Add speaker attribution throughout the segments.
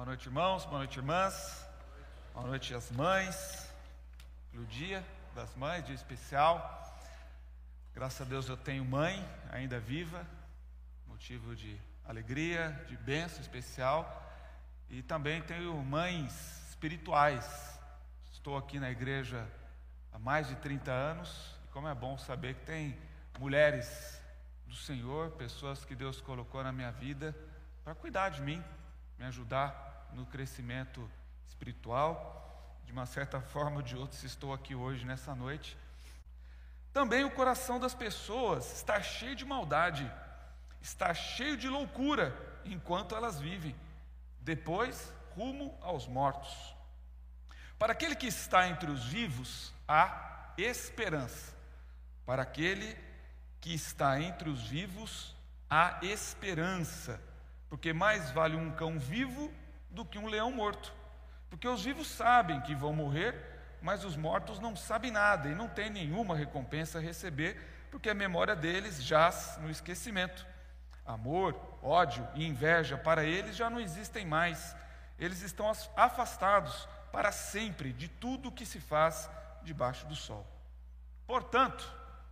Speaker 1: Boa noite, irmãos, boa noite, irmãs, boa noite às mães, pelo dia das mães, dia especial. Graças a Deus eu tenho mãe ainda viva, motivo de alegria, de bênção especial, e também tenho mães espirituais. Estou aqui na igreja há mais de 30 anos, e como é bom saber que tem mulheres do Senhor, pessoas que Deus colocou na minha vida para cuidar de mim, me ajudar no crescimento espiritual. De uma certa forma ou de outra, estou aqui hoje, nessa noite. Também o coração das pessoas está cheio de maldade, está cheio de loucura, enquanto elas vivem, depois rumo aos mortos. Para aquele que está entre os vivos, há esperança. Para aquele que está entre os vivos, há esperança. Porque mais vale um cão vivo do que um leão morto. Porque os vivos sabem que vão morrer, mas os mortos não sabem nada e não têm nenhuma recompensa a receber, porque a memória deles jaz no esquecimento. Amor, ódio e inveja para eles já não existem mais. Eles estão afastados para sempre de tudo o que se faz debaixo do sol. Portanto,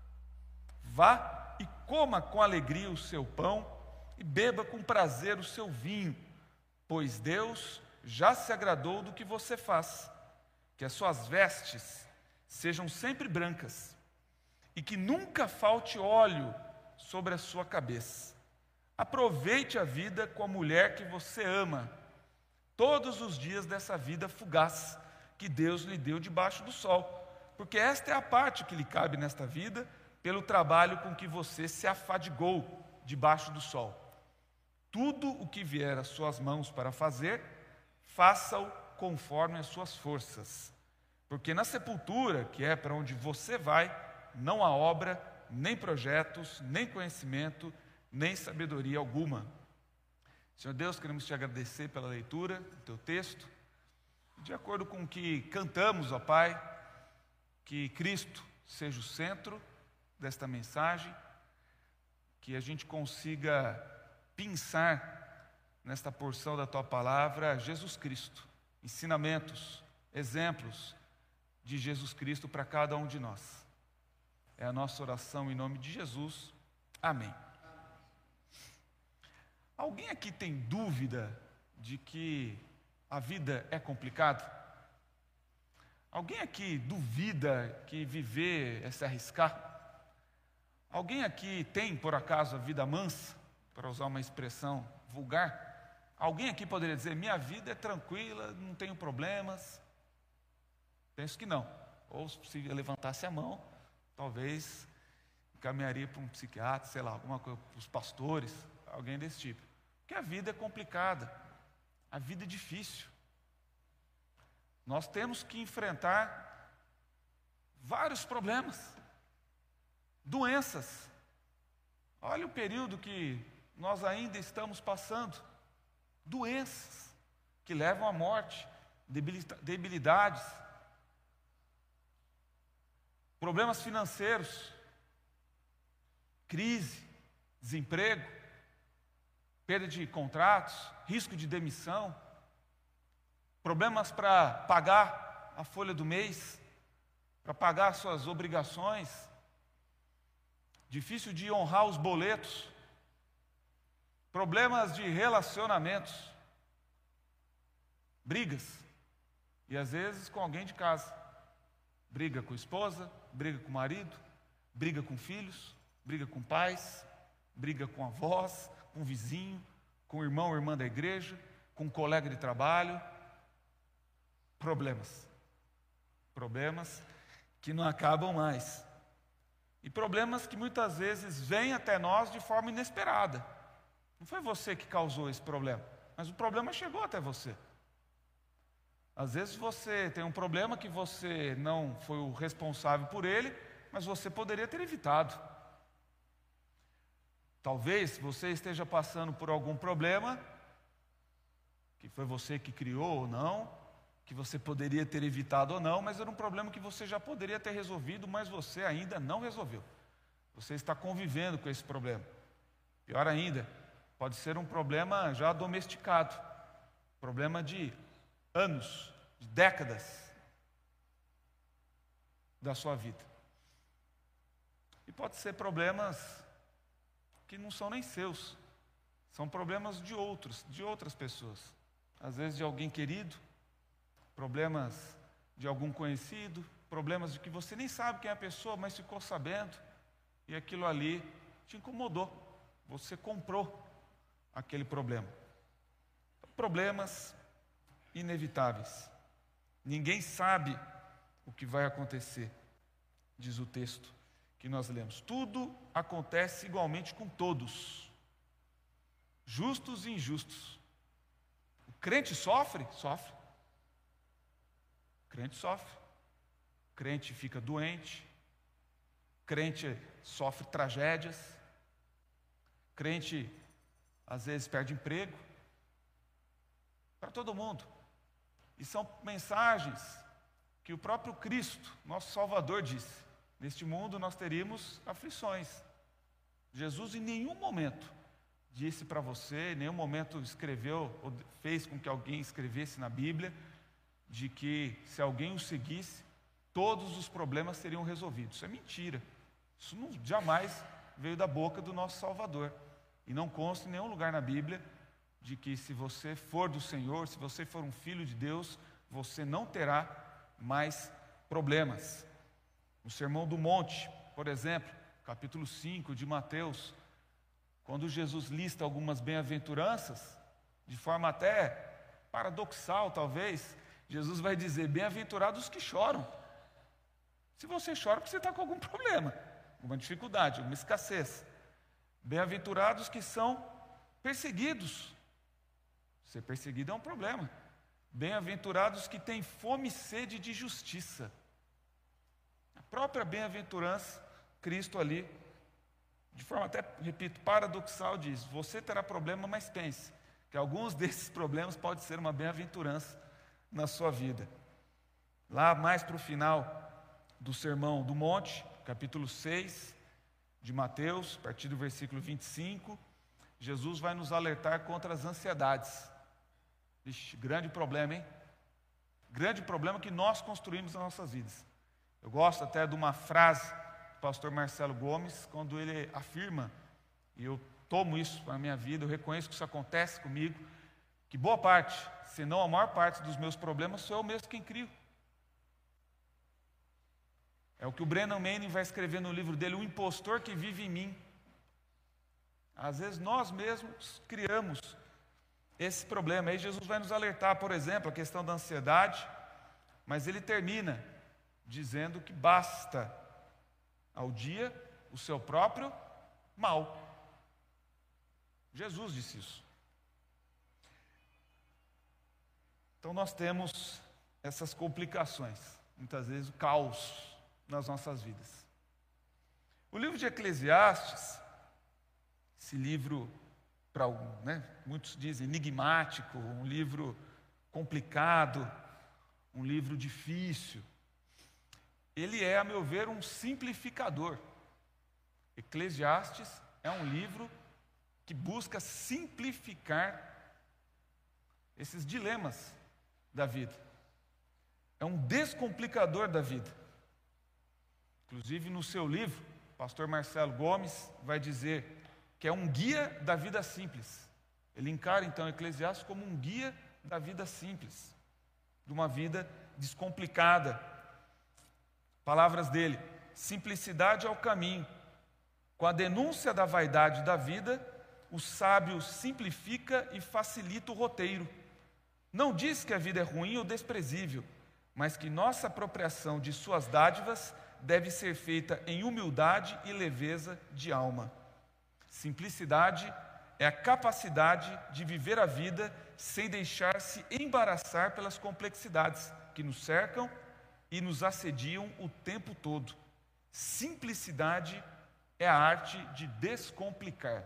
Speaker 1: vá e coma com alegria o seu pão e beba com prazer o seu vinho, pois Deus já se agradou do que você faz. Que as suas vestes sejam sempre brancas e que nunca falte óleo sobre a sua cabeça. Aproveite a vida com a mulher que você ama, todos os dias dessa vida fugaz que Deus lhe deu debaixo do sol, porque esta é a parte que lhe cabe nesta vida, pelo trabalho com que você se afadigou debaixo do sol. Tudo o que vier às suas mãos para fazer, faça-o conforme as suas forças. Porque na sepultura, que é para onde você vai, não há obra, nem projetos, nem conhecimento, nem sabedoria alguma. Senhor Deus, queremos te agradecer pela leitura do teu texto. De acordo com o que cantamos, ó Pai, que Cristo seja o centro desta mensagem, que a gente consiga pensar nesta porção da tua palavra Jesus Cristo, ensinamentos, exemplos de Jesus Cristo para cada um de nós. É a nossa oração em nome de Jesus. Amém. Alguém aqui tem dúvida de que a vida é complicada? Alguém aqui duvida que viver é se arriscar? Alguém aqui tem, por acaso, a vida mansa? Para usar uma expressão vulgar, alguém aqui poderia dizer, minha vida é tranquila, não tenho problemas? Penso que não. Ou se levantasse a mão, talvez encaminharia para um psiquiatra, sei lá, alguma coisa, para os pastores, alguém desse tipo. Porque a vida é complicada, a vida é difícil. Nós temos que enfrentar vários problemas, doenças. Olha o período que nós ainda estamos passando, doenças que levam à morte, debilidades, problemas financeiros, crise, desemprego, perda de contratos, risco de demissão, problemas para pagar a folha do mês, para pagar suas obrigações, difícil de honrar os boletos, problemas de relacionamentos, brigas, e às vezes com alguém de casa, briga com a esposa, briga com o marido, briga com filhos, briga com pais, briga com avós, com o vizinho, com o irmão ou irmã da igreja, com um colega de trabalho, problemas que não acabam mais, e problemas que muitas vezes vêm até nós de forma inesperada. Não foi você que causou esse problema, mas o problema chegou até você. Às vezes você tem um problema que você não foi o responsável por ele, mas você poderia ter evitado. Talvez você esteja passando por algum problema, que foi você que criou ou não, que você poderia ter evitado ou não, mas era um problema que você já poderia ter resolvido, mas você ainda não resolveu. Você está convivendo com esse problema. Pior ainda, pode ser um problema já domesticado. problema de anos, de décadas da sua vida. E pode ser problemas que não são nem seus, são problemas de outras pessoas. Às vezes de alguém querido, problemas de algum conhecido, problemas de que você nem sabe quem é a pessoa, mas ficou sabendo, e aquilo ali te incomodou. Você comprou aquele problema. Problemas inevitáveis. Ninguém sabe o que vai acontecer, diz o texto que nós lemos. Tudo acontece igualmente com todos, justos e injustos. O crente sofre? Sofre. O crente sofre. O crente fica doente. O crente sofre tragédias. O crente, às vezes, perde emprego. Para todo mundo. E são mensagens que o próprio Cristo, nosso Salvador, disse: neste mundo nós teríamos aflições. Jesus em nenhum momento disse para você, em nenhum momento escreveu ou fez com que alguém escrevesse na Bíblia de que se alguém o seguisse, todos os problemas seriam resolvidos. Isso é mentira. Isso jamais veio da boca do nosso Salvador. E não consta em nenhum lugar na Bíblia de que se você for do Senhor, se você for um filho de Deus, você não terá mais problemas. No Sermão do Monte, por exemplo, capítulo 5 de Mateus, quando Jesus lista algumas bem-aventuranças, de forma até paradoxal talvez, Jesus vai dizer: bem-aventurados os que choram. Se você chora, porque você está com algum problema, alguma dificuldade, alguma escassez. Bem-aventurados que são perseguidos. Ser perseguido é um problema. Bem-aventurados que têm fome e sede de justiça. A própria bem-aventurança, Cristo ali, de forma até, repito, paradoxal, diz: você terá problema, mas pense que alguns desses problemas podem ser uma bem-aventurança na sua vida. Lá mais para o final do Sermão do Monte, capítulo 6 de Mateus, a partir do versículo 25, Jesus vai nos alertar contra as ansiedades. Ixi, grande problema, hein? Grande problema que nós construímos nas nossas vidas. Eu gosto até de uma frase do pastor Marcelo Gomes, quando ele afirma, e eu tomo isso para a minha vida, eu reconheço que isso acontece comigo, que boa parte, se não a maior parte dos meus problemas, sou eu mesmo quem crio. É o que o Brennan Manning vai escrever no livro dele, O Impostor que Vive em Mim. Às vezes nós mesmos criamos esse problema. Aí Jesus vai nos alertar, por exemplo, a questão da ansiedade, mas ele termina dizendo que basta ao dia o seu próprio mal. Jesus disse isso. Então nós temos essas complicações, muitas vezes o caos nas nossas vidas. O livro de Eclesiastes, esse livro, para muitos dizem enigmático, um livro complicado, um livro difícil, ele é, a meu ver, um simplificador. Eclesiastes é um livro que busca simplificar esses dilemas da vida. É um descomplicador da vida. Inclusive, no seu livro, o pastor Marcelo Gomes vai dizer que é um guia da vida simples. Ele encara, então, Eclesiastes como um guia da vida simples, de uma vida descomplicada. Palavras dele: simplicidade é o caminho. Com a denúncia da vaidade da vida, o sábio simplifica e facilita o roteiro. Não diz que a vida é ruim ou desprezível, mas que nossa apropriação de suas dádivas deve ser feita em humildade e leveza de alma. Simplicidade é a capacidade de viver a vida sem deixar-se embaraçar pelas complexidades que nos cercam e nos assediam o tempo todo. Simplicidade é a arte de descomplicar.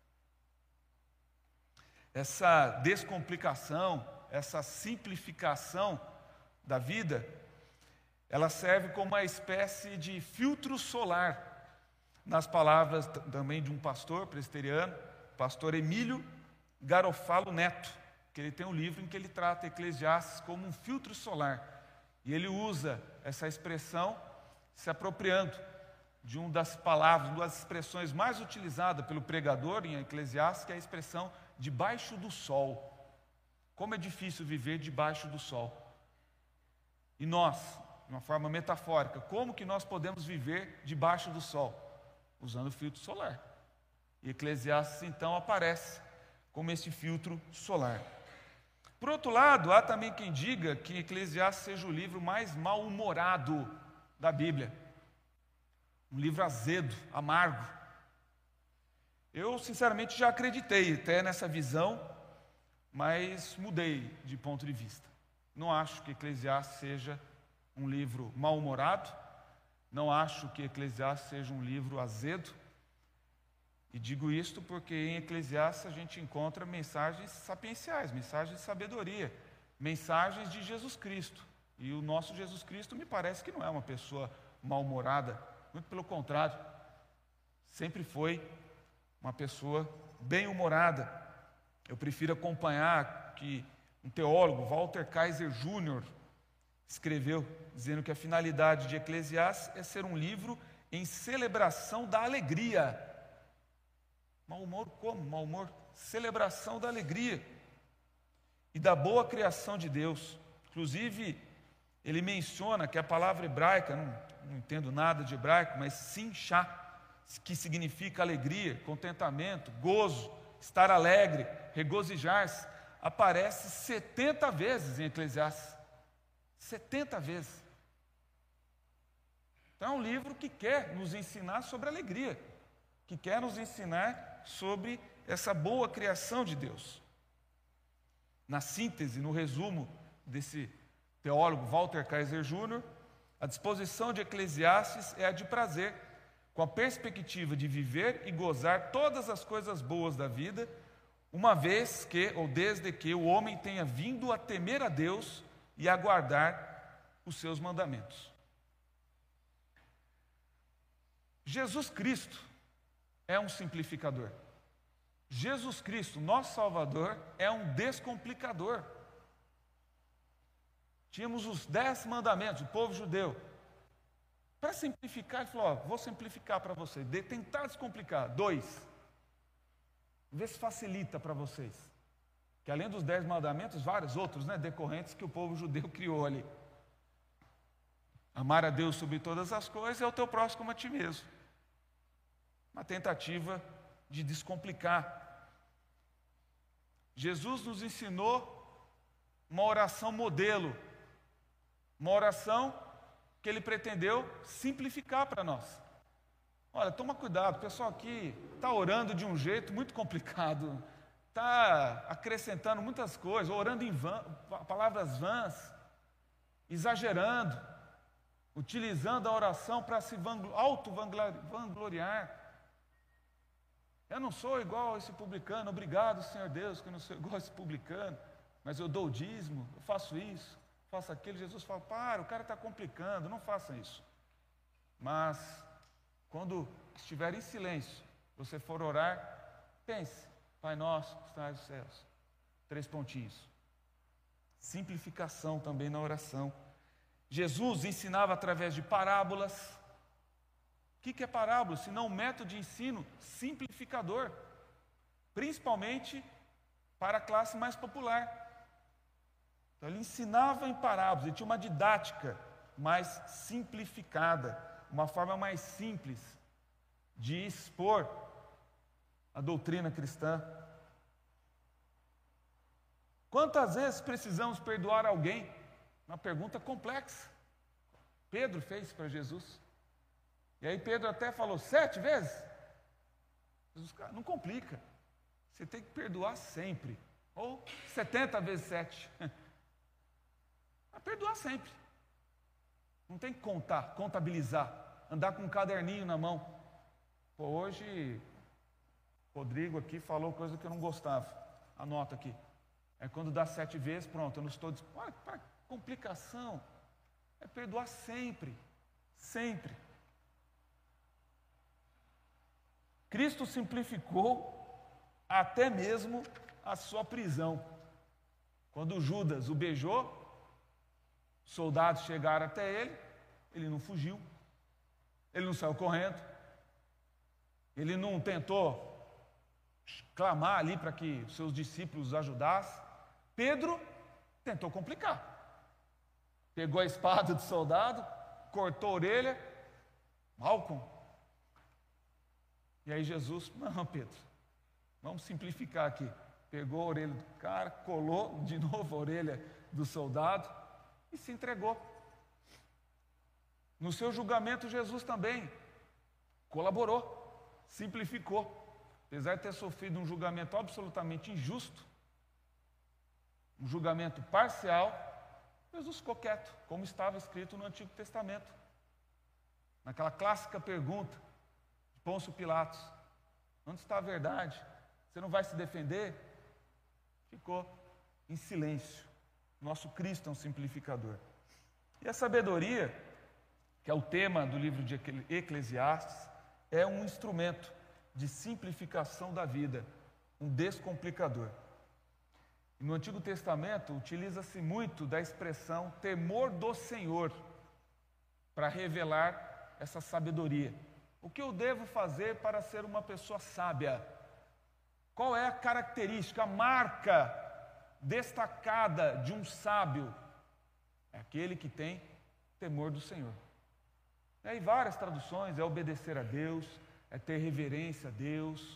Speaker 1: Essa descomplicação, essa simplificação da vida, ela serve como uma espécie de filtro solar, nas palavras também de um pastor presbiteriano, pastor Emílio Garofalo Neto. que ele tem um livro em que ele trata Eclesiastes como um filtro solar. E ele usa essa expressão se apropriando de uma das palavras, uma das expressões mais utilizadas pelo pregador em Eclesiastes, que é a expressão debaixo do sol. Como é difícil viver debaixo do sol. E nós, de uma forma metafórica, como que nós podemos viver debaixo do sol? Usando o filtro solar. E Eclesiastes então aparece como esse filtro solar. Por outro lado, há também quem diga que Eclesiastes seja o livro mais mal-humorado da Bíblia. Um livro azedo, amargo. Eu, sinceramente, já acreditei até nessa visão, mas mudei de ponto de vista. Não acho que Eclesiastes seja um livro mal-humorado, não acho que Eclesiastes seja um livro azedo, e digo isto porque em Eclesiastes a gente encontra mensagens sapienciais, mensagens de sabedoria, mensagens de Jesus Cristo. E o nosso Jesus Cristo me parece que não é uma pessoa mal-humorada, muito pelo contrário, sempre foi uma pessoa bem-humorada. Eu prefiro acompanhar que um teólogo, Walter Kaiser Jr., escreveu, dizendo que a finalidade de Eclesiastes é ser um livro em celebração da alegria. Mau humor como? Mau humor? Celebração da alegria e da boa criação de Deus. Inclusive, ele menciona que a palavra hebraica, não entendo nada de hebraico, mas simchá, que significa alegria, contentamento, gozo, estar alegre, regozijar-se, aparece 70 vezes em Eclesiastes. 70 vezes. Então é um livro que quer nos ensinar sobre alegria, que quer nos ensinar sobre essa boa criação de Deus. Na síntese, no resumo desse teólogo Walter Kaiser Jr., a disposição de Eclesiastes é a de prazer, com a perspectiva de viver e gozar todas as coisas boas da vida, uma vez que, ou desde que, o homem tenha vindo a temer a Deus e a guardar os seus mandamentos. Jesus Cristo é um simplificador. Jesus Cristo, nosso Salvador, é um descomplicador. Tínhamos os 10 mandamentos, o povo judeu. Para simplificar, ele falou, vou simplificar para vocês, tentar descomplicar. 2. Vê se facilita para vocês. Que além dos 10 mandamentos, vários outros, decorrentes que o povo judeu criou ali. Amar a Deus sobre todas as coisas é o teu próximo como a ti mesmo. Uma tentativa de descomplicar. Jesus nos ensinou uma oração modelo, uma oração que ele pretendeu simplificar para nós. Olha, toma cuidado, o pessoal aqui está orando de um jeito muito complicado, está acrescentando muitas coisas, orando em palavras vãs, exagerando, utilizando a oração para se auto-vangloriar. Eu não sou igual a esse publicano, obrigado, Senhor Deus, que eu não sou igual a esse publicano, mas eu dou o dízimo, eu faço isso, faço aquilo. Jesus fala, para, o cara está complicando, não faça isso. Mas, quando estiver em silêncio, você for orar, pense, Pai nosso que estás nos céus. 3 pontinhos. Simplificação também na oração. Jesus ensinava através de parábolas. O que é parábola? Senão um método de ensino simplificador, principalmente para a classe mais popular. Então ele ensinava em parábolas, ele tinha uma didática mais simplificada, uma forma mais simples de expor a doutrina cristã. Quantas vezes precisamos perdoar alguém? Uma pergunta complexa. Pedro fez para Jesus. E aí Pedro até falou, 7 vezes? Jesus, cara, não complica. Você tem que perdoar sempre. Ou 70 vezes 7. Mas perdoar sempre. Não tem que contar, contabilizar. Andar com um caderninho na mão. Pô, hoje, Rodrigo aqui falou coisa que eu não gostava. Anota aqui. É quando dá 7 vezes, pronto, eu não estou... Olha, para complicação. É perdoar sempre. Sempre. Cristo simplificou até mesmo a sua prisão. Quando Judas o beijou, soldados chegaram até ele não fugiu, ele não saiu correndo, ele não tentou clamar ali para que seus discípulos ajudassem. Pedro tentou complicar. Pegou a espada do soldado, cortou a orelha. Malcolm. E aí Jesus, não, Pedro, vamos simplificar aqui. Pegou a orelha do cara, colou de novo a orelha do soldado e se entregou. No seu julgamento, Jesus também colaborou, simplificou. Apesar de ter sofrido um julgamento absolutamente injusto, um julgamento parcial, Jesus ficou quieto, como estava escrito no Antigo Testamento. Naquela clássica pergunta de Pôncio Pilatos: onde está a verdade? Você não vai se defender? Ficou em silêncio. Nosso Cristo é um simplificador. E a sabedoria, que é o tema do livro de Eclesiastes, é um instrumento de simplificação da vida, um descomplicador. E no Antigo Testamento utiliza-se muito da expressão temor do Senhor para revelar essa sabedoria. O que eu devo fazer para ser uma pessoa sábia? Qual é a característica, a marca destacada de um sábio? É aquele que tem temor do Senhor. E aí várias traduções: é obedecer a Deus, é ter reverência a Deus,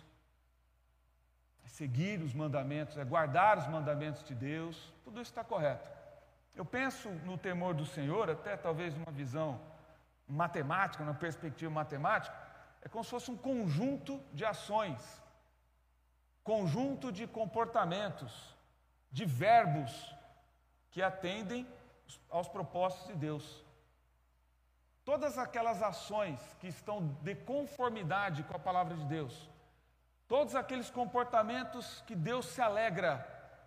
Speaker 1: é seguir os mandamentos, é guardar os mandamentos de Deus. Tudo isso está correto. Eu penso no temor do Senhor, até talvez numa visão matemática, numa perspectiva matemática, é como se fosse um conjunto de ações, conjunto de comportamentos, de verbos que atendem aos propósitos de Deus. Todas aquelas ações que estão de conformidade com a palavra de Deus, todos aqueles comportamentos que Deus se alegra,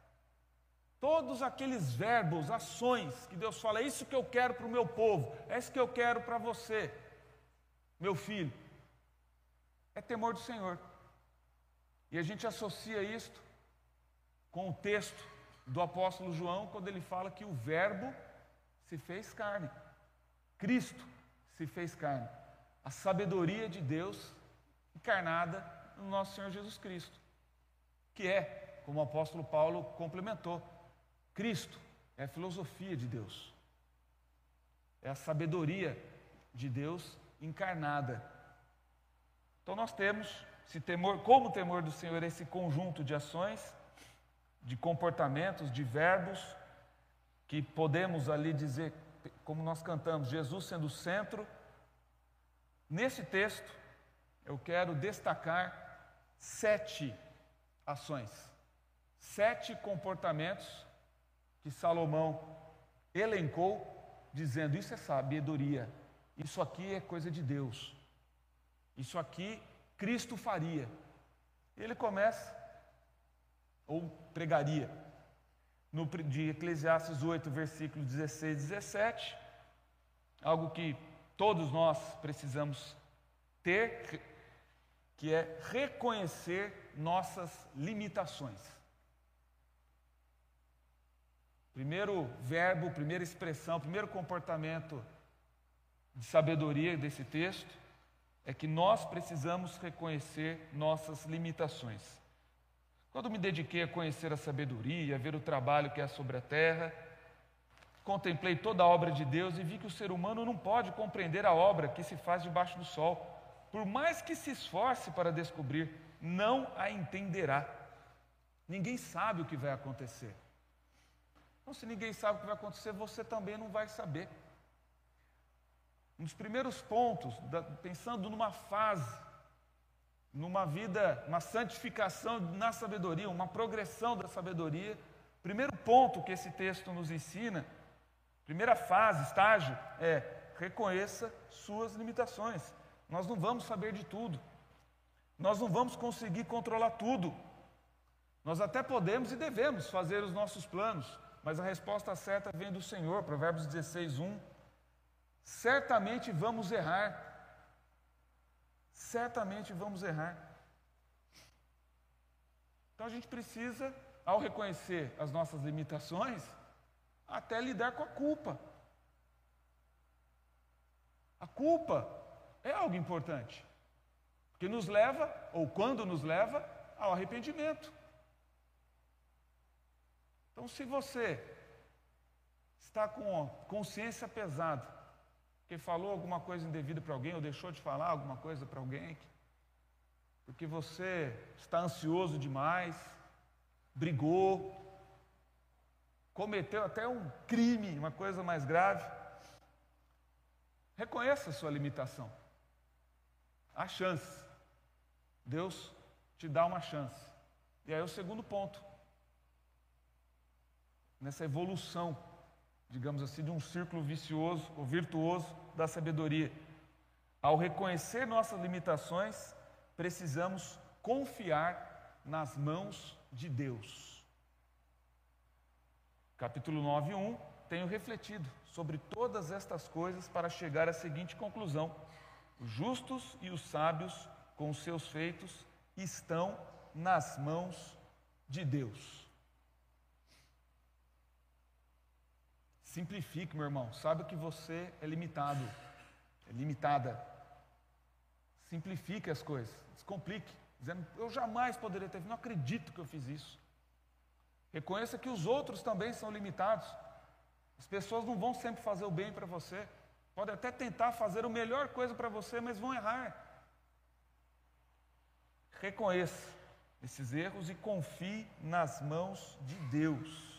Speaker 1: todos aqueles verbos, ações que Deus fala: é isso que eu quero para o meu povo, é isso que eu quero para você, meu filho, é temor do Senhor. E a gente associa isto com o texto do apóstolo João, quando ele fala que o verbo se fez carne, Cristo se fez carne, a sabedoria de Deus encarnada no nosso Senhor Jesus Cristo, que é, como o apóstolo Paulo complementou, Cristo é a filosofia de Deus, é a sabedoria de Deus encarnada. Então nós temos esse temor, como o temor do Senhor, esse conjunto de ações, de comportamentos, de verbos, que podemos ali dizer, como nós cantamos, Jesus sendo o centro. Nesse texto, eu quero destacar 7 ações, 7 comportamentos que Salomão elencou, dizendo: isso é sabedoria, isso aqui é coisa de Deus, isso aqui Cristo faria. Ele começa, ou pregaria, de Eclesiastes 8, versículos 16 e 17, algo que todos nós precisamos ter, que é reconhecer nossas limitações. Primeiro verbo, primeira expressão, primeiro comportamento de sabedoria desse texto é que nós precisamos reconhecer nossas limitações. Quando me dediquei a conhecer a sabedoria, a ver o trabalho que há sobre a terra, contemplei toda a obra de Deus e vi que o ser humano não pode compreender a obra que se faz debaixo do sol. Por mais que se esforce para descobrir, não a entenderá. Ninguém sabe o que vai acontecer. Então, se ninguém sabe o que vai acontecer, você também não vai saber. Um dos primeiros pontos, pensando numa fase, numa vida, uma santificação na sabedoria, uma progressão da sabedoria, primeiro ponto que esse texto nos ensina, primeira fase, estágio, é: reconheça suas limitações. Nós não vamos saber de tudo, nós não vamos conseguir controlar tudo. Nós até podemos e devemos fazer os nossos planos, mas a resposta certa vem do Senhor. Provérbios 16, 1. Certamente vamos errar. Certamente vamos errar. Então a gente precisa, ao reconhecer as nossas limitações, até lidar com a culpa. A culpa é algo importante, que nos leva, ou quando nos leva, ao arrependimento. Então, se você está com a consciência pesada, porque falou alguma coisa indevida para alguém, ou deixou de falar alguma coisa para alguém, porque você está ansioso demais, brigou, cometeu até um crime, uma coisa mais grave, reconheça a sua limitação. Há chance. Deus te dá uma chance. E aí o segundo ponto, nessa evolução, digamos assim, de um círculo vicioso ou virtuoso da sabedoria. Ao reconhecer nossas limitações, precisamos confiar nas mãos de Deus. Capítulo 9:1, tenho refletido sobre todas estas coisas para chegar à seguinte conclusão: os justos e os sábios, com os seus feitos, estão nas mãos de Deus. Simplifique, meu irmão. Saiba que você é limitado, é limitada. Simplifique as coisas, descomplique, dizendo, eu jamais poderia ter, não acredito que eu fiz isso. Reconheça que os outros também são limitados. As pessoas não vão sempre fazer o bem para você. Podem até tentar fazer a melhor coisa para você, mas vão errar. Reconheça esses erros e confie nas mãos de Deus.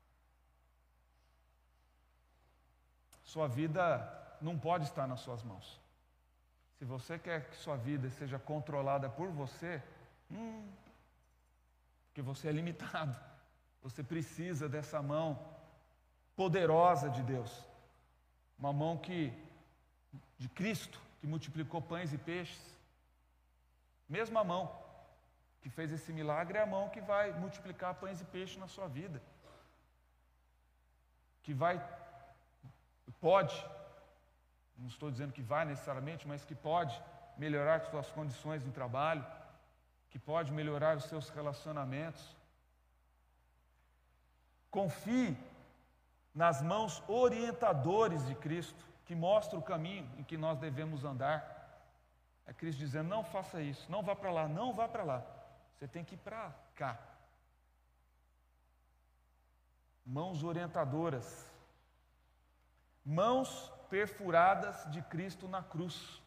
Speaker 1: Sua vida não pode estar nas suas mãos. Se você quer que sua vida seja controlada por você, porque você é limitado, você precisa dessa mão poderosa de Deus, uma mão de Cristo, que multiplicou pães e peixes. Mesma mão que fez esse milagre é a mão que vai multiplicar pães e peixes na sua vida, que pode, não estou dizendo que vai necessariamente, mas que pode melhorar as suas condições no trabalho, que pode melhorar os seus relacionamentos. Confie nas mãos orientadoras de Cristo, que mostra o caminho em que nós devemos andar. É Cristo dizendo, não faça isso, não vá para lá, não vá para lá. Você tem que ir para cá. Mãos orientadoras. Mãos perfuradas de Cristo na cruz.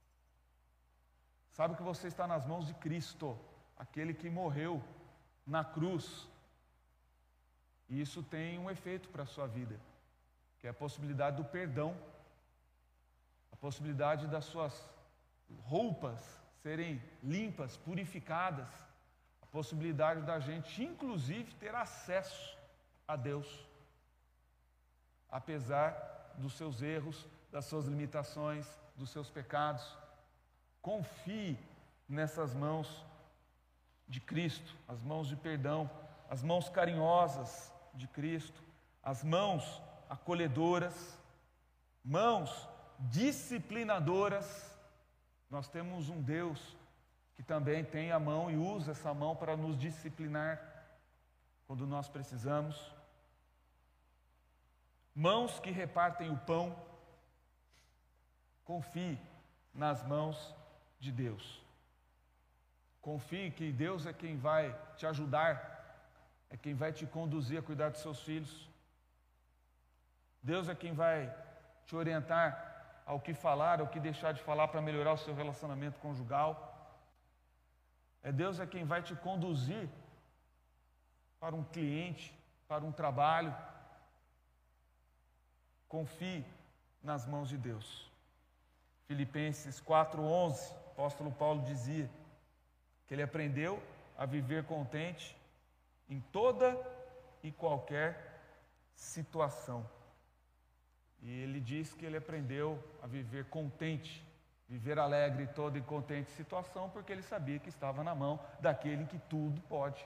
Speaker 1: Sabe que você está nas mãos de Cristo, aquele que morreu na cruz. E isso tem um efeito para a sua vida, que é a possibilidade do perdão, a possibilidade das suas roupas serem limpas, purificadas, a possibilidade da gente, inclusive, ter acesso a Deus, apesar dos seus erros, das suas limitações, dos seus pecados. Confie nessas mãos de Cristo, as mãos de perdão, as mãos carinhosas de Cristo, as mãos acolhedoras, mãos disciplinadoras. Nós temos um Deus que também tem a mão e usa essa mão para nos disciplinar quando nós precisamos. Mãos que repartem o pão. Confie nas mãos de Deus. Confie que Deus é quem vai te ajudar, é quem vai te conduzir a cuidar dos seus filhos. Deus é quem vai te orientar ao que falar, ao que deixar de falar para melhorar o seu relacionamento conjugal. Deus é quem vai te conduzir para um cliente, para um trabalho. Confie nas mãos de Deus. Filipenses 4:11, o apóstolo Paulo dizia que ele aprendeu a viver contente em toda e qualquer situação. E ele diz que ele aprendeu a viver contente, viver alegre em toda e contente situação, porque ele sabia que estava na mão daquele que tudo pode.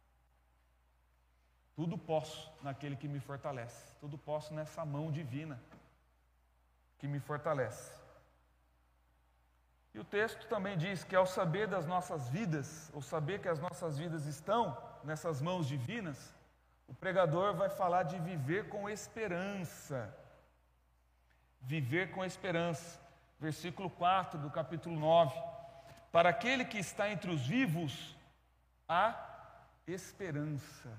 Speaker 1: Tudo posso naquele que me fortalece. Tudo posso nessa mão divina que me fortalece. E o texto também diz que ao saber das nossas vidas, ou saber que as nossas vidas estão nessas mãos divinas, o pregador vai falar de viver com esperança. Viver com esperança. Versículo 4 do capítulo 9. Para aquele que está entre os vivos, há esperança.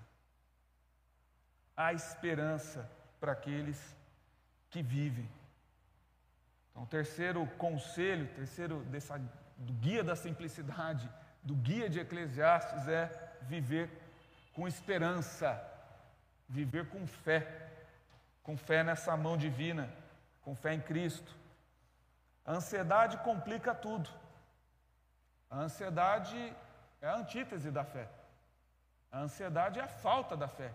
Speaker 1: Há esperança para aqueles que vivem. Então, o terceiro conselho, do guia da simplicidade, do guia de Eclesiastes é viver com esperança, viver com fé nessa mão divina, com fé em Cristo. A ansiedade complica tudo. A ansiedade é a antítese da fé. A ansiedade é a falta da fé.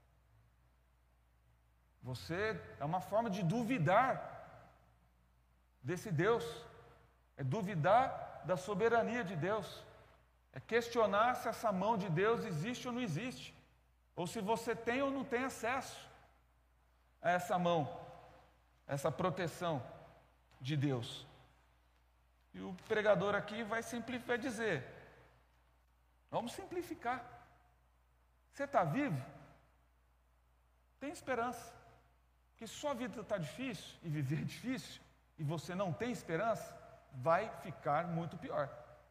Speaker 1: Você é uma forma de duvidar desse Deus, é duvidar da soberania de Deus, é questionar se essa mão de Deus existe ou não existe, ou se você tem ou não tem acesso a essa mão, essa proteção de Deus. E o pregador aqui vai dizer, vamos simplificar. Você está vivo? Tem esperança, porque se sua vida está difícil e viver difícil, e você não tem esperança, vai ficar muito pior.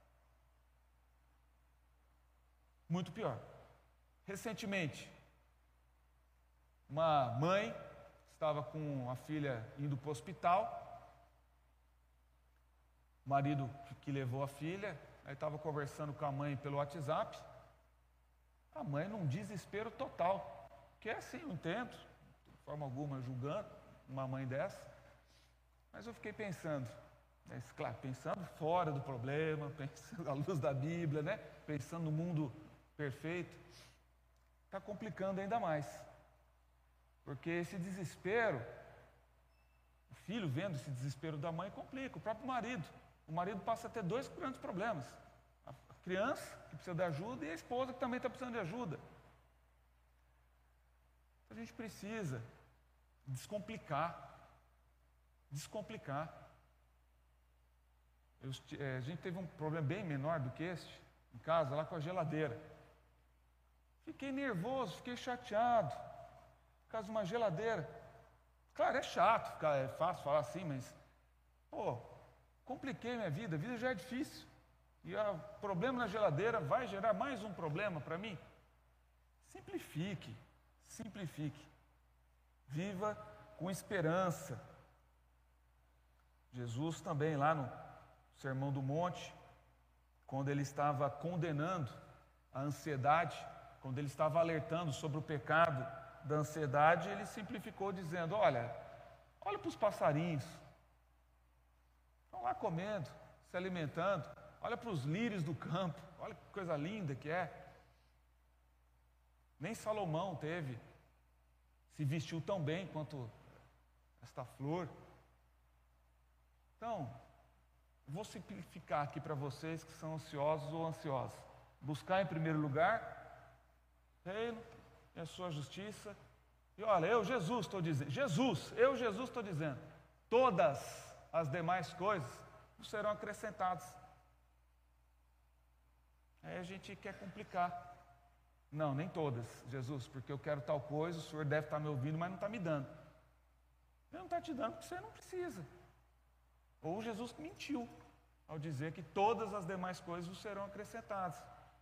Speaker 1: Muito pior. Recentemente, uma mãe estava com a filha indo para o hospital, o marido que levou a filha, aí estava conversando com a mãe pelo WhatsApp, a mãe num desespero total, que é assim, eu entendo, de forma alguma julgando uma mãe dessa, mas eu fiquei pensando, mas, claro, pensando fora do problema, pensando à luz da Bíblia, né? Pensando no mundo perfeito, está complicando ainda mais. Porque esse desespero, o filho vendo esse desespero da mãe, complica, o próprio marido. O marido passa a ter dois grandes problemas. A criança, que precisa de ajuda, e a esposa, que também está precisando de ajuda. Então, a gente precisa descomplicar. A gente teve um problema bem menor do que este, em casa, lá com a geladeira. Fiquei nervoso, fiquei chateado, por causa de uma geladeira. Claro, é chato, é fácil falar assim, mas, compliquei minha vida, a vida já é difícil. E o problema na geladeira vai gerar mais um problema para mim. Simplifique. Viva com esperança. Jesus também, lá no Sermão do Monte, quando ele estava condenando a ansiedade, quando ele estava alertando sobre o pecado da ansiedade, ele simplificou dizendo, olha para os passarinhos, estão lá comendo, se alimentando, olha para os lírios do campo, olha que coisa linda que é. Nem Salomão se vestiu tão bem quanto esta flor. Então, vou simplificar aqui para vocês que são ansiosos ou ansiosas. Buscar em primeiro lugar reino e a sua justiça. E olha, Jesus estou dizendo, todas as demais coisas serão acrescentadas. Aí a gente quer complicar. Não, nem todas, Jesus, porque eu quero tal coisa, o Senhor deve estar me ouvindo, mas não está me dando. Ele não está te dando porque você não precisa. Ou Jesus mentiu ao dizer que todas as demais coisas serão acrescentadas.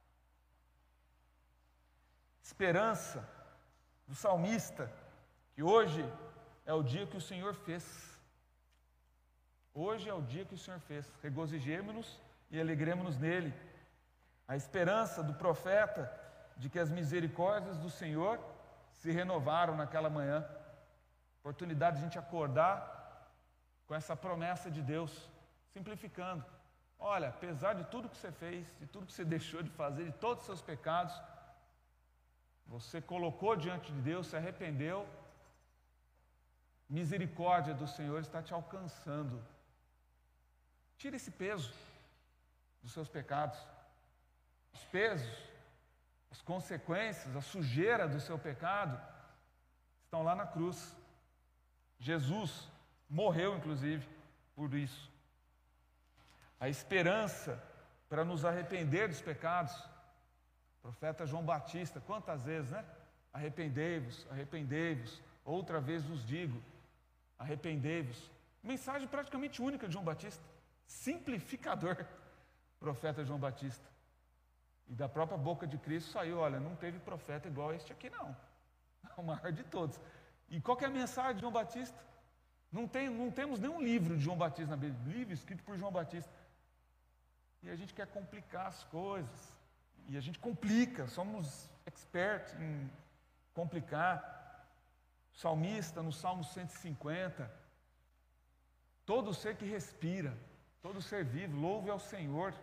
Speaker 1: Esperança do salmista, que hoje é o dia que o Senhor fez. Hoje é o dia que o Senhor fez. Regozijemo-nos e alegremo-nos nele. A esperança do profeta de que as misericórdias do Senhor se renovaram naquela manhã. Oportunidade de a gente acordar com essa promessa de Deus, simplificando. Olha, apesar de tudo que você fez, de tudo que você deixou de fazer, de todos os seus pecados, você colocou diante de Deus, se arrependeu, misericórdia do Senhor está te alcançando. Tira esse peso dos seus pecados. Os pesos, as consequências, a sujeira do seu pecado estão lá na cruz. Jesus morreu, inclusive, por isso. a esperança para nos arrepender dos pecados. O profeta João Batista, quantas vezes, né? Arrependei-vos, arrependei-vos, outra vez vos digo, arrependei-vos. Mensagem praticamente única de João Batista, simplificador, profeta João Batista. E da própria boca de Cristo saiu, olha, não teve profeta igual a este aqui não, é o maior de todos. E qual que é a mensagem de João Batista? Não temos nenhum livro de João Batista na Bíblia, livro escrito por João Batista. E a gente quer complicar as coisas, e a gente complica, somos expertos em complicar. O salmista, no Salmo 150, todo ser que respira, todo ser vivo, louve ao Senhor.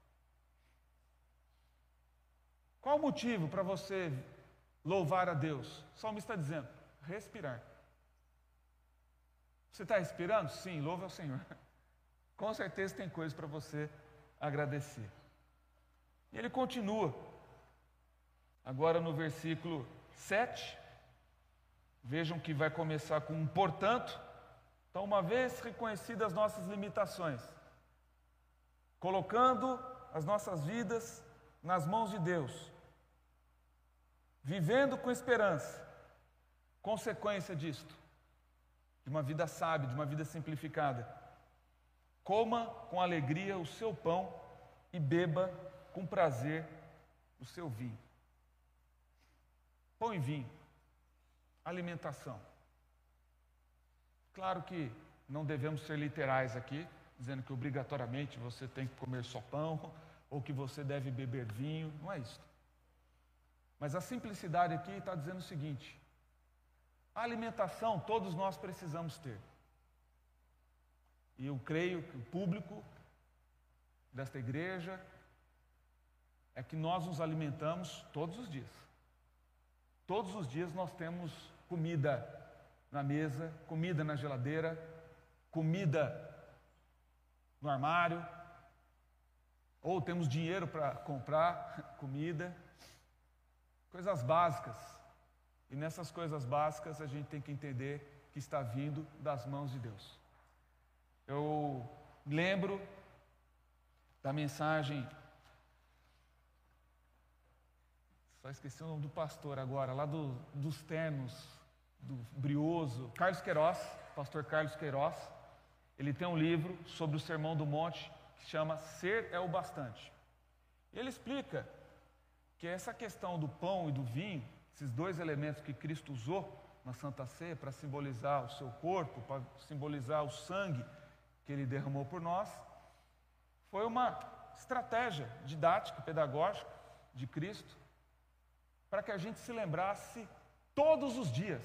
Speaker 1: Qual o motivo para você louvar a Deus? O salmista está dizendo, respirar. Você está respirando? Sim, louve ao Senhor. Com certeza tem coisa para você agradecer. E ele continua, agora no versículo 7, vejam que vai começar com um portanto. Então, uma vez reconhecidas as nossas limitações, colocando as nossas vidas nas mãos de Deus, vivendo com esperança, consequência disto, de uma vida sábia, de uma vida simplificada, coma com alegria o seu pão e beba com prazer o seu vinho. Pão e vinho, alimentação. Claro que não devemos ser literais aqui, dizendo que obrigatoriamente você tem que comer só pão, ou que você deve beber vinho, não é isso. Mas a simplicidade aqui está dizendo o seguinte: a alimentação todos nós precisamos ter. E eu creio que o público desta igreja é que nós nos alimentamos todos os dias. Todos os dias nós temos comida na mesa, comida na geladeira, comida no armário, ou temos dinheiro para comprar comida, coisas básicas. E nessas coisas básicas a gente tem que entender que está vindo das mãos de Deus. Eu lembro da mensagem, só esqueci o nome do pastor agora, lá dos ternos, do Brioso, Carlos Queiroz, pastor Carlos Queiroz. Ele tem um livro sobre o Sermão do Monte que chama Ser é o Bastante. Ele explica que essa questão do pão e do vinho, esses dois elementos que Cristo usou na Santa Ceia para simbolizar o seu corpo, para simbolizar o sangue que ele derramou por nós, foi uma estratégia didática, pedagógica de Cristo, para que a gente se lembrasse todos os dias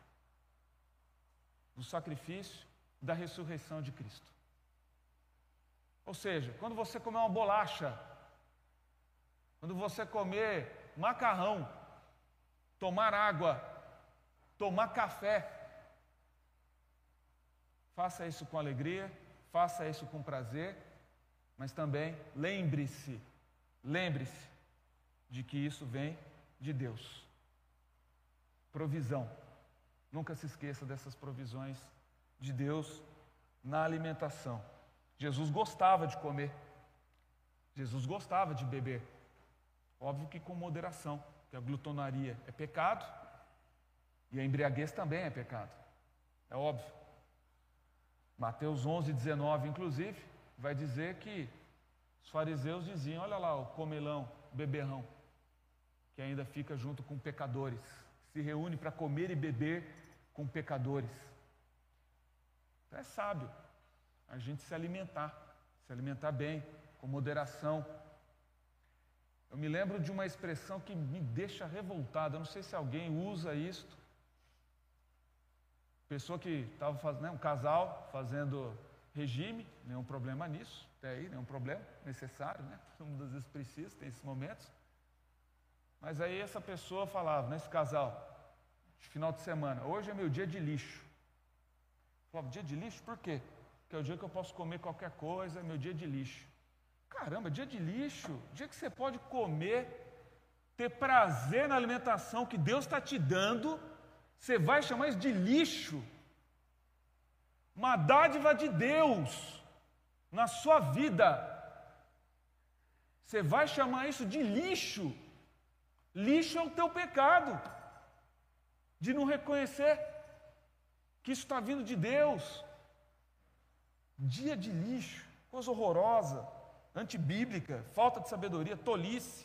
Speaker 1: do sacrifício e da ressurreição de Cristo. Ou seja, quando você comer uma bolacha, quando você comer macarrão, tomar água, tomar café, faça isso com alegria, faça isso com prazer, mas também lembre-se de que isso vem de Deus. Provisão. Nunca se esqueça dessas provisões de Deus na alimentação. Jesus gostava de comer, Jesus gostava de beber, óbvio que com moderação, porque a glutonaria é pecado e a embriaguez também é pecado, é óbvio. Mateus 11:19, inclusive, vai dizer que os fariseus diziam, olha lá o comelão, o beberrão, que ainda fica junto com pecadores, se reúne para comer e beber com pecadores. Então é sábio a gente se alimentar bem, com moderação. Eu me lembro de uma expressão que me deixa revoltado, eu não sei se alguém usa isto. Pessoa que estava fazendo, um casal fazendo regime, nenhum problema nisso, até aí, nenhum problema, necessário, né? Todo mundo às vezes precisa, tem esses momentos. Mas aí essa pessoa falava, nesse casal, de final de semana, hoje é meu dia de lixo. Falava, dia de lixo? Por quê? Porque é o dia que eu posso comer qualquer coisa, é meu dia de lixo. Caramba, dia de lixo, dia que você pode comer, ter prazer na alimentação que Deus está te dando, você vai chamar isso de lixo? Uma dádiva de Deus na sua vida, Você vai chamar isso de lixo? Lixo é o teu pecado, de não reconhecer que isso está vindo de Deus. Dia de lixo, coisa horrorosa, antibíblica, falta de sabedoria, tolice.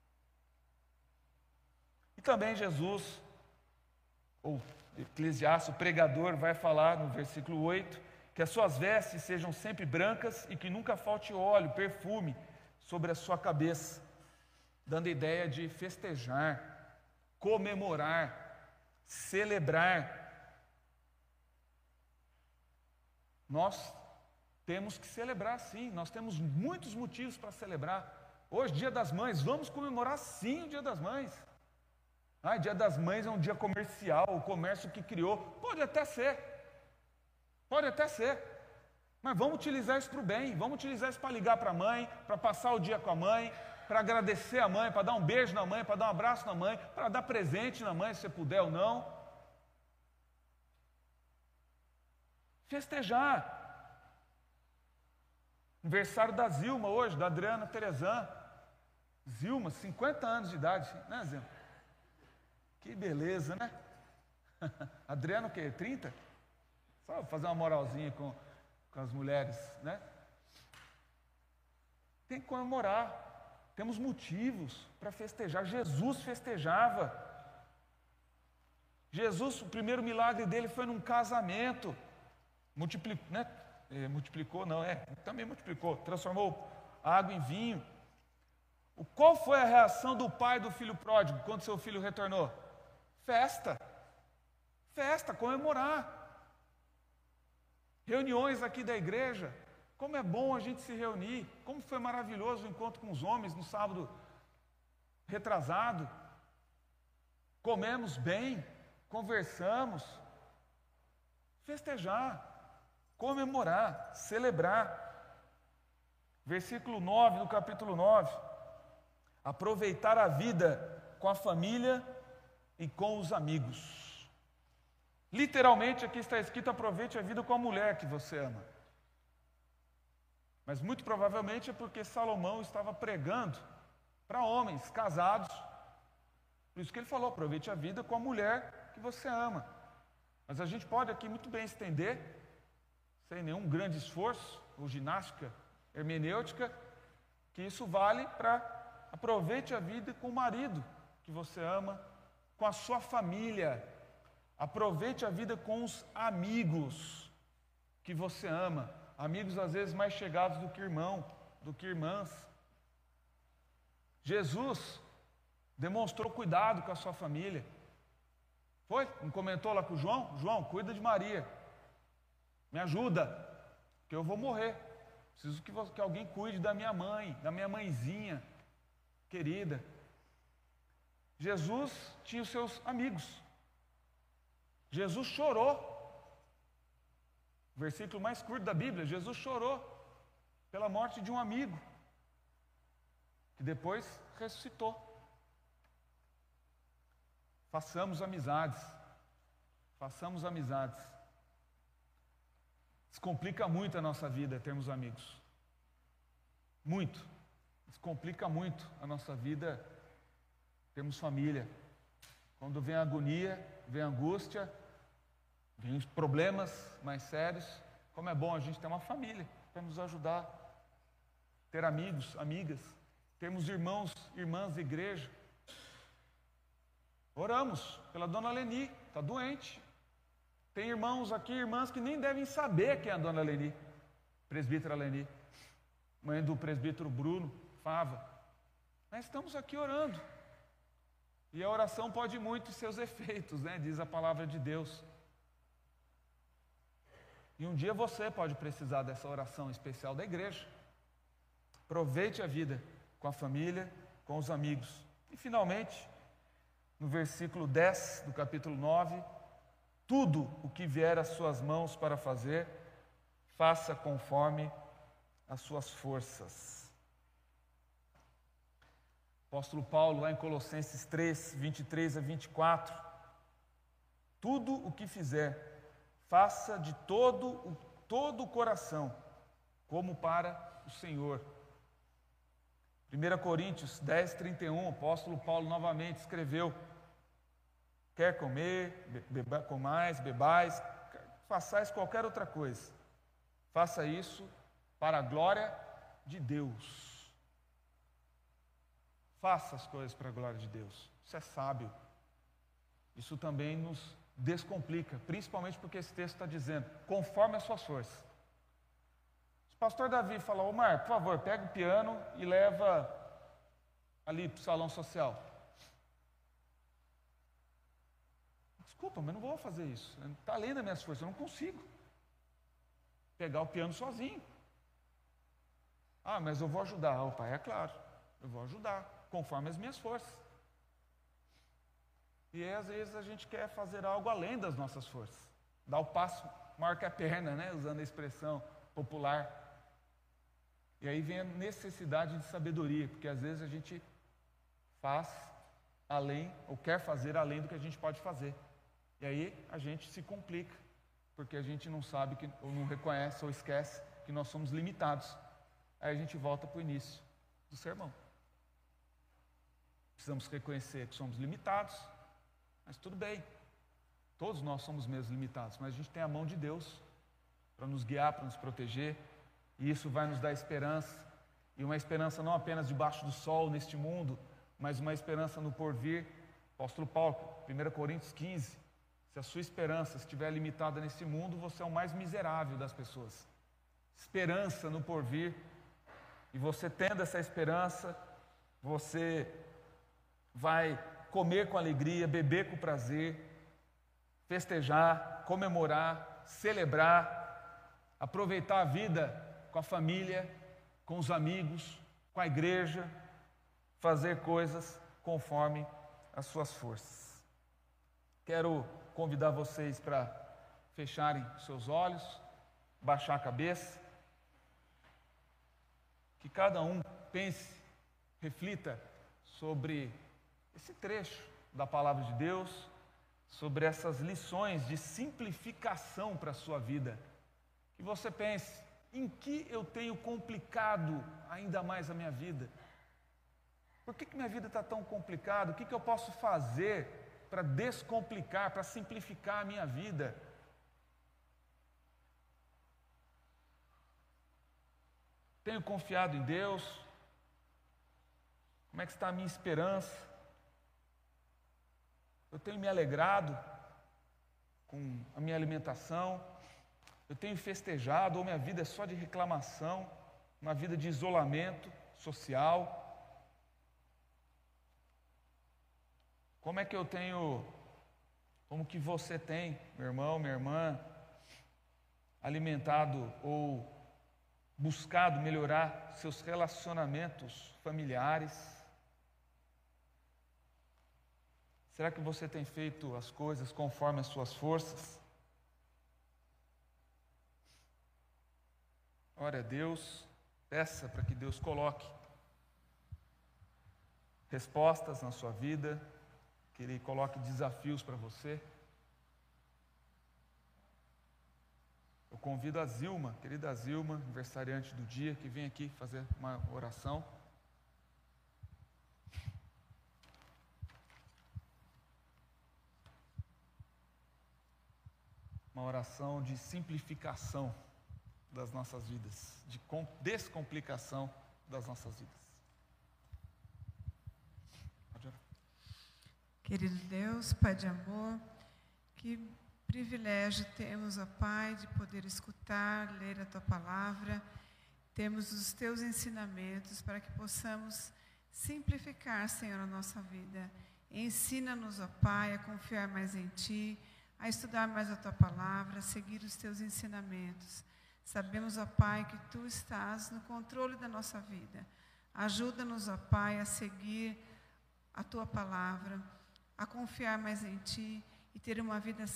Speaker 1: E também Jesus, ou Eclesiastes, o pregador, vai falar no versículo 8, que as suas vestes sejam sempre brancas e que nunca falte óleo, perfume sobre a sua cabeça, dando a ideia de festejar, comemorar, celebrar. Nós temos que celebrar sim, nós temos muitos motivos para celebrar. Hoje, Dia das Mães, vamos comemorar sim o Dia das Mães. Dia das Mães é um dia comercial, o comércio que criou, pode até ser, mas vamos utilizar isso para o bem, vamos utilizar isso para ligar para a mãe, para passar o dia com a mãe, para agradecer a mãe, para dar um beijo na mãe, para dar um abraço na mãe, para dar presente na mãe, se você puder ou não. Festejar. Aniversário da Zilma hoje, da Adriana Terezan. Zilma, 50 anos de idade, né, Zilma? Que beleza, né? Adriano o quê? 30? Só fazer uma moralzinha com as mulheres, né? Tem que comemorar. Temos motivos para festejar. Jesus festejava. Jesus, o primeiro milagre dele foi num casamento. Multiplicou, né? Também multiplicou. Transformou água em vinho. Qual foi a reação do pai do filho pródigo quando seu filho retornou? Festa, comemorar. Reuniões aqui da igreja, como é bom a gente se reunir, como foi maravilhoso o encontro com os homens no sábado retrasado. Comemos bem, conversamos. Festejar, comemorar, celebrar. Versículo 9 do capítulo 9. Aproveitar a vida com a família e com os amigos. Literalmente aqui está escrito: aproveite a vida com a mulher que você ama. Mas muito provavelmente é porque Salomão estava pregando para homens casados. Por isso que ele falou: aproveite a vida com a mulher que você ama. Mas a gente pode aqui muito bem estender, sem nenhum grande esforço ou ginástica hermenêutica, que isso vale para aproveite a vida com o marido que você ama, com a sua família. Aproveite a vida com os amigos que você ama. Amigos às vezes mais chegados do que irmão, do que irmãs. Jesus demonstrou cuidado com a sua família. Foi? Não comentou lá com o João? João, cuida de Maria. Me ajuda, que eu vou morrer. Preciso que alguém cuide da minha mãe, da minha mãezinha querida. Jesus tinha os seus amigos. Jesus chorou. Versículo mais curto da Bíblia: Jesus chorou pela morte de um amigo, que depois ressuscitou. Façamos amizades. Façamos amizades. Descomplica muito a nossa vida termos amigos. Muito. Descomplica muito a nossa vida termos família. Quando vem a agonia, vem a angústia, vem os problemas mais sérios, como é bom a gente ter uma família para nos ajudar, ter amigos, amigas, termos irmãos, irmãs de igreja. Oramos pela dona Leni, está doente. Tem irmãos aqui, irmãs que nem devem saber quem é a dona Leni, presbítera Leni, mãe do presbítero Bruno Fava. Mas estamos aqui orando. E a oração pode muito seus efeitos, né? Diz a palavra de Deus. E um dia você pode precisar dessa oração especial da igreja. Aproveite a vida com a família, com os amigos. E finalmente, no versículo 10 do capítulo 9, tudo o que vier às suas mãos para fazer, faça conforme as suas forças. Apóstolo Paulo, lá em Colossenses 3, 23 a 24, tudo o que fizer, faça de todo o coração, como para o Senhor, 1 Coríntios 10, 31, o apóstolo Paulo novamente escreveu: quer comer, comais, bebais, façais qualquer outra coisa, faça isso para a glória de Deus. Faça as coisas para a glória de Deus. Isso é sábio. Isso também nos descomplica, principalmente porque esse texto está dizendo, conforme as suas forças. Se o pastor Davi falar: ô Mar, por favor, pega o piano e leva ali para o salão social. Desculpa, mas não vou fazer isso. Está além das minhas forças, eu não consigo pegar o piano sozinho. Ah, mas eu vou ajudar. O pai, é claro, eu vou ajudar, conforme as minhas forças. E aí, às vezes a gente quer fazer algo além das nossas forças, dar o passo maior que a perna, né? Usando a expressão popular. E aí vem a necessidade de sabedoria, porque às vezes a gente faz além, ou quer fazer além do que a gente pode fazer. E aí a gente se complica, porque a gente não sabe, ou não reconhece, ou esquece que nós somos limitados. Aí a gente volta para o início do sermão. Precisamos reconhecer que somos limitados, mas tudo bem. Todos nós somos mesmo limitados, mas a gente tem a mão de Deus para nos guiar, para nos proteger, e isso vai nos dar esperança, e uma esperança não apenas debaixo do sol, neste mundo, mas uma esperança no porvir. Apóstolo Paulo, 1 Coríntios 15, se a sua esperança estiver limitada nesse mundo, você é o mais miserável das pessoas. Esperança no porvir, e você tendo essa esperança, você vai comer com alegria, beber com prazer, festejar, comemorar, celebrar, aproveitar a vida com a família, com os amigos, com a igreja, fazer coisas conforme as suas forças. Quero convidar vocês para fecharem seus olhos, baixar a cabeça, que cada um pense, reflita sobre esse trecho da palavra de Deus, sobre essas lições de simplificação para a sua vida. Que você pense, em que eu tenho complicado ainda mais a minha vida? Por que minha vida está tão complicada? O que eu posso fazer para descomplicar, para simplificar a minha vida? Tenho confiado em Deus? Como é que está a minha esperança? Eu tenho me alegrado com a minha alimentação? Eu tenho festejado, ou minha vida é só de reclamação, uma vida de isolamento social? Como é que eu tenho, como que você tem, meu irmão, minha irmã, alimentado ou buscado melhorar seus relacionamentos familiares? Será que você tem feito as coisas conforme as suas forças? Ore a Deus, peça para que Deus coloque respostas na sua vida, que Ele coloque desafios para você. Eu convido a Zilma, querida Zilma, aniversariante do dia, que vem aqui fazer uma oração. Uma oração de simplificação das nossas vidas, de descomplicação das nossas vidas. Pode orar.
Speaker 2: Querido Deus, Pai de amor, que privilégio temos, ó Pai, de poder escutar, ler a Tua Palavra, temos os Teus ensinamentos para que possamos simplificar, Senhor, a nossa vida. Ensina-nos, ó Pai, a confiar mais em Ti, a estudar mais a Tua Palavra, a seguir os Teus ensinamentos. Sabemos, ó Pai, que Tu estás no controle da nossa vida. Ajuda-nos, ó Pai, a seguir a Tua Palavra, a confiar mais em Ti e ter uma vida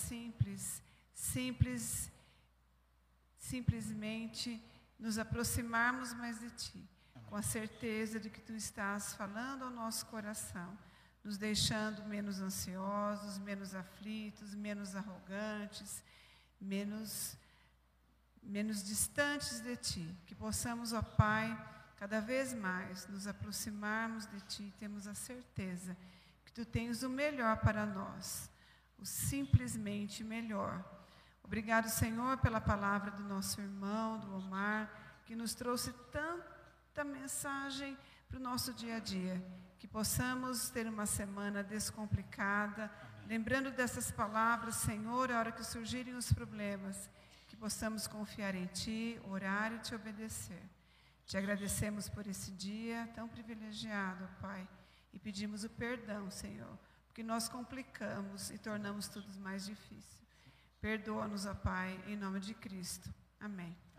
Speaker 2: simplesmente nos aproximarmos mais de Ti, com a certeza de que Tu estás falando ao nosso coração, nos deixando menos ansiosos, menos aflitos, menos arrogantes, menos distantes de Ti. Que possamos, ó Pai, cada vez mais nos aproximarmos de Ti, temos a certeza que Tu tens o melhor para nós, o simplesmente melhor. Obrigado, Senhor, pela palavra do nosso irmão, do Omar, que nos trouxe tanta mensagem para o nosso dia a dia, que possamos ter uma semana descomplicada, lembrando dessas palavras, Senhor, a hora que surgirem os problemas, que possamos confiar em Ti, orar e Te obedecer. Te agradecemos por esse dia tão privilegiado, Pai, e pedimos o perdão, Senhor, porque nós complicamos e tornamos tudo mais difícil. Perdoa-nos, ó Pai, em nome de Cristo. Amém.